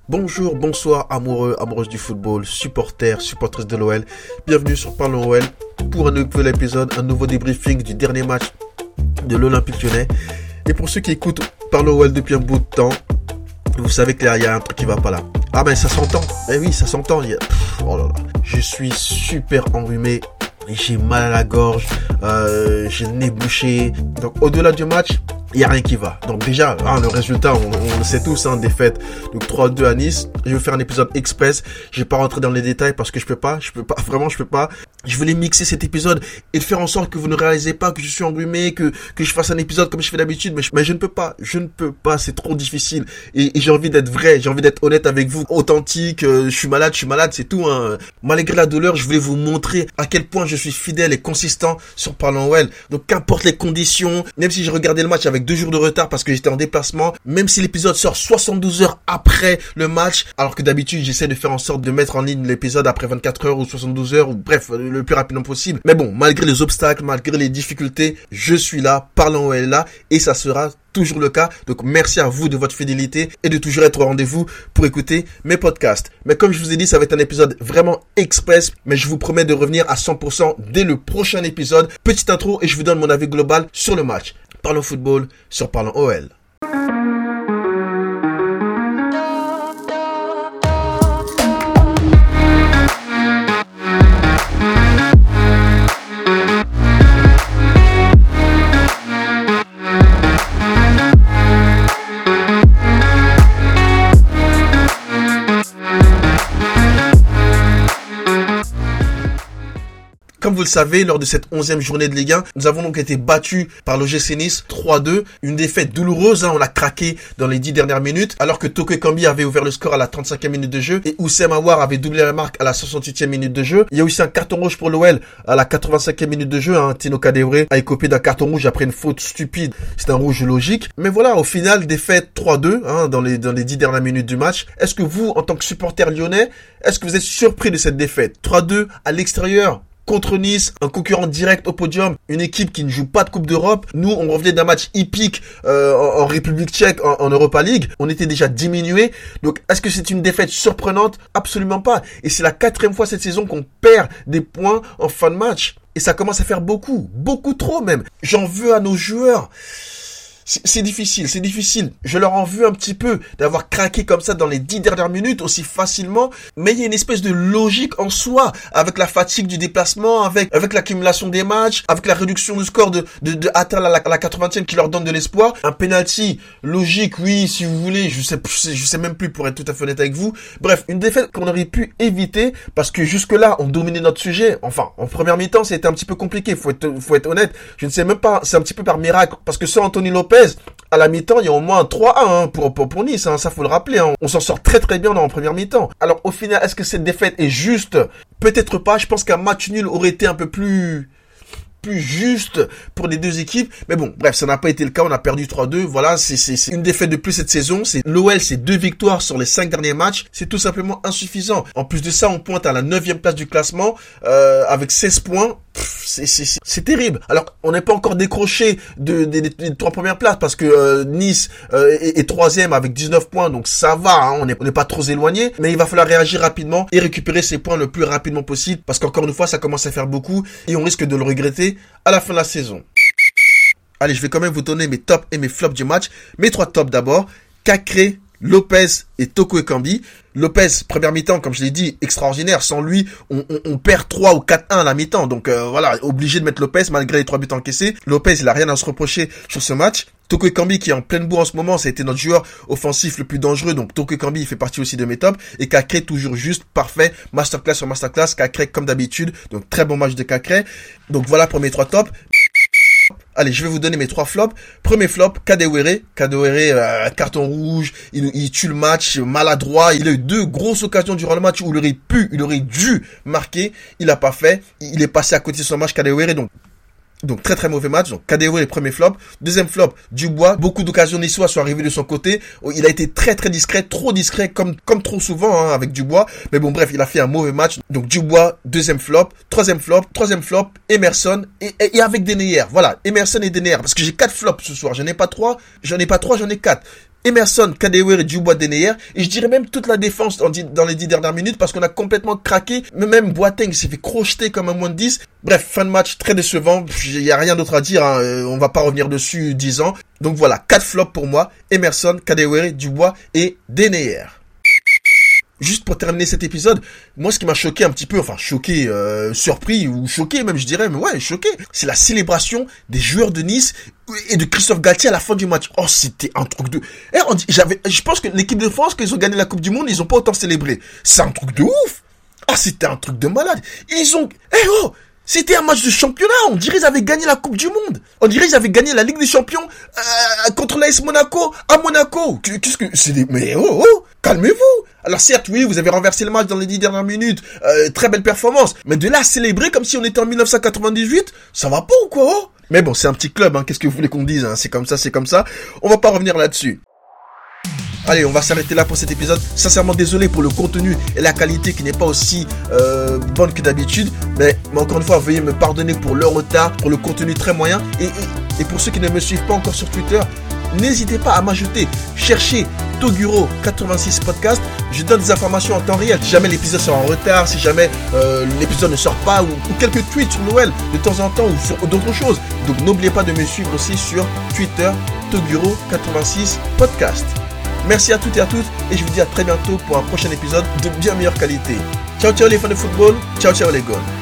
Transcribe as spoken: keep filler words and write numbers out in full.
Bonjour, bonsoir, amoureux, amoureuses du football, supporters, supportrices de l'O L. Bienvenue sur Parlons O L pour un nouvel épisode, un nouveau débriefing du dernier match de l'Olympique Lyonnais. Et pour ceux qui écoutent Parlons O L depuis un bout de temps, vous savez qu'il y a un truc qui va pas là. Ah ben ça s'entend, eh oui ça s'entend. Il y a... Pff, oh là là. Je suis super enrhumé, j'ai mal à la gorge, euh, j'ai le nez bouché. Donc au-delà du match, il n'y a rien qui va. Donc déjà, hein, le résultat, on, on le sait tous, hein, défaite. Donc trois deux à Nice. Je vais faire un épisode express. Je vais pas rentrer dans les détails parce que je peux pas. Je peux pas. Vraiment, je peux pas. Je voulais mixer cet épisode et faire en sorte que vous ne réalisez pas que je suis enrhumé, que que je fasse un épisode comme je fais d'habitude. Mais je, mais je ne peux pas. Je ne peux pas. C'est trop difficile. Et, et j'ai envie d'être vrai. J'ai envie d'être honnête avec vous, authentique. Euh, je suis malade. Je suis malade. C'est tout. Hein. Malgré la douleur, je voulais vous montrer à quel point je suis fidèle et consistant sur Parlons O L. Donc qu'importe les conditions, même si j'ai regardé le match avec deux jours de retard parce que j'étais en déplacement, même si l'épisode sort soixante-douze heures après le match, alors que d'habitude j'essaie de faire en sorte de mettre en ligne l'épisode après vingt-quatre heures ou soixante-douze heures, ou bref, le plus rapidement possible. Mais bon, malgré les obstacles, malgré les difficultés, je suis là, Parlons O L là, et ça sera toujours le cas. Donc merci à vous de votre fidélité et de toujours être au rendez-vous pour écouter mes podcasts. Mais comme je vous ai dit, ça va être un épisode vraiment express, mais je vous promets de revenir à cent pour cent dès le prochain épisode. Petite intro et je vous donne mon avis global sur le match. Parlons football sur Parlons O L. Comme vous le savez, lors de cette onzième journée de Ligue un, nous avons donc été battus par l'O G C Nice trois deux. Une défaite douloureuse, hein, on a craqué dans les dix dernières minutes, alors que Toko Ekambi avait ouvert le score à la trente-cinquième minute de jeu et Oussem Aouar avait doublé la marque à la soixante-huitième minute de jeu. Il y a aussi un carton rouge pour l'O L à la quatre-vingt-cinquième minute de jeu. Hein. Tino Kadewere a écopé d'un carton rouge après une faute stupide. C'est un rouge logique. Mais voilà, au final, défaite trois deux hein, dans les dans les dix dernières minutes du match. Est-ce que vous, en tant que supporter lyonnais, est-ce que vous êtes surpris de cette défaite? trois deux à l'extérieur contre Nice, un concurrent direct au podium, une équipe qui ne joue pas de Coupe d'Europe. Nous, on revenait d'un match hippique euh, en, en République tchèque, en, en Europa League. On était déjà diminué. Donc, est-ce que c'est une défaite surprenante? Absolument pas. Et c'est la quatrième fois cette saison qu'on perd des points en fin de match. Et ça commence à faire beaucoup, beaucoup trop même. J'en veux à nos joueurs. C'est, c'est difficile, c'est difficile. Je leur en veux un petit peu d'avoir craqué comme ça dans les dix dernières minutes aussi facilement. Mais il y a une espèce de logique en soi, avec la fatigue du déplacement, avec avec l'accumulation des matchs, avec la réduction du score de de, de Attal à la, à la quatre-vingtième qui leur donne de l'espoir. Un penalty logique, oui, si vous voulez. Je sais, je sais, je sais même plus pour être tout à fait honnête avec vous. Bref, une défaite qu'on aurait pu éviter parce que jusque là, on dominait notre sujet. Enfin, en première mi-temps, c'était un petit peu compliqué. Faut être, faut être honnête. Je ne sais même pas. C'est un petit peu par miracle parce que sans Anthony Lopez, à la mi-temps, il y a au moins un trois un hein, pour, pour, pour Nice, hein, ça faut le rappeler. Hein. On s'en sort très très bien dans la première mi-temps. Alors au final, est-ce que cette défaite est juste? Peut-être pas, je pense qu'un match nul aurait été un peu plus... plus juste pour les deux équipes. Mais bon, bref, ça n'a pas été le cas. On a perdu trois deux. Voilà, c'est, c'est, c'est une défaite de plus cette saison. C'est l'O L, c'est deux victoires sur les cinq derniers matchs. C'est tout simplement insuffisant. En plus de ça, on pointe à la neuvième place du classement euh, avec seize points. Pff, c'est, c'est, c'est, c'est terrible. Alors, on n'est pas encore décroché de, de, de, de, des trois premières places parce que euh, Nice euh, est, est troisième avec dix-neuf points. Donc ça va, hein, on n'est on n'est pas trop éloigné. Mais il va falloir réagir rapidement et récupérer ces points le plus rapidement possible parce qu'encore une fois, ça commence à faire beaucoup et on risque de le regretter à la fin de la saison. Allez, je vais quand même vous donner mes tops et mes flops du match. Mes trois tops d'abord. Cacré, Lopez et Toko Ekambi. Lopez, première mi-temps, comme je l'ai dit, extraordinaire. Sans lui, on, on, on perd trois ou quatre un à la mi-temps. Donc euh, voilà, obligé de mettre Lopez malgré les trois buts encaissés. Lopez, il a rien à se reprocher sur ce match. Toko Ekambi qui est en pleine bourre en ce moment, ça a été notre joueur offensif le plus dangereux. Donc Toko Ekambi, il fait partie aussi de mes tops. Et Cacré, toujours juste, parfait. Masterclass sur masterclass. Cacré comme d'habitude. Donc très bon match de Cacré. Donc voilà pour mes trois tops. Allez, je vais vous donner mes trois flops. Premier flop, Kadewere. Kadewere, euh, carton rouge, il, il tue le match, maladroit. Il a eu deux grosses occasions durant le match où il aurait pu, il aurait dû marquer. Il l'a pas fait. Il est passé à côté de son match, Kadewere. Donc, Donc très très mauvais match. Donc Kadewere, premier flop. Deuxième flop, Dubois. Beaucoup d'occasions niçois sont arrivées de son côté. Il a été très très discret, trop discret comme comme trop souvent hein, avec Dubois. Mais bon bref, il a fait un mauvais match. Donc Dubois, deuxième flop. Troisième flop, troisième flop, Emerson et, et, et avec Denayer. Voilà, Emerson et Denayer. Parce que j'ai quatre flops ce soir. J'en ai pas trois, j'en ai pas trois, j'en ai quatre. Emerson, Kadewere, Dubois, Denayer, et je dirais même toute la défense dans, dans les dix dernières minutes parce qu'on a complètement craqué. Mais même Boateng s'est fait crocheter comme un moins de dix. Bref, fin de match très décevant. Il y a rien d'autre à dire, hein. On va pas revenir dessus dix ans. Donc voilà, quatre flops pour moi. Emerson, Kadewere, Dubois et Denayer. Juste pour terminer cet épisode, moi ce qui m'a choqué un petit peu, enfin choqué, euh, surpris ou choqué même je dirais, mais ouais choqué, c'est la célébration des joueurs de Nice et de Christophe Galtier à la fin du match. Oh c'était un truc de... Eh, on dit, j'avais, je pense que l'équipe de France, quand ils ont gagné la Coupe du Monde, ils ont pas autant célébré. C'est un truc de ouf. Ah c'était un truc de malade. Ils ont... Eh oh, c'était un match de championnat. On dirait qu'ils avaient gagné la Coupe du Monde. On dirait qu'ils avaient gagné la Ligue des Champions euh, contre l'A S Monaco à Monaco. Qu'est-ce que c'est des... Mais oh oh, calmez-vous. Alors certes, oui, vous avez renversé le match dans les dix dernières minutes. Euh, très belle performance. Mais de là à célébrer comme si on était en dix-neuf cent quatre-vingt-dix-huit, ça va pas ou quoi oh. Mais bon, c'est un petit club. Hein. Qu'est-ce que vous voulez qu'on dise hein. C'est comme ça, c'est comme ça. On va pas revenir là-dessus. Allez, on va s'arrêter là pour cet épisode. Sincèrement désolé pour le contenu et la qualité qui n'est pas aussi euh, bonne que d'habitude. Mais, mais encore une fois, veuillez me pardonner pour le retard, pour le contenu très moyen. Et, et, et pour ceux qui ne me suivent pas encore sur Twitter, n'hésitez pas à m'ajouter. Cherchez Toguro quatre-vingt-six Podcast. Je donne des informations en temps réel. Si jamais l'épisode sort en retard, si jamais euh, l'épisode ne sort pas, ou, ou quelques tweets sur Noël de temps en temps, ou sur d'autres choses. Donc n'oubliez pas de me suivre aussi sur Twitter, Toguro quatre-vingt-six Podcast. Merci à toutes et à tous et je vous dis à très bientôt pour un prochain épisode de bien meilleure qualité. Ciao ciao les fans de football, ciao ciao les gars.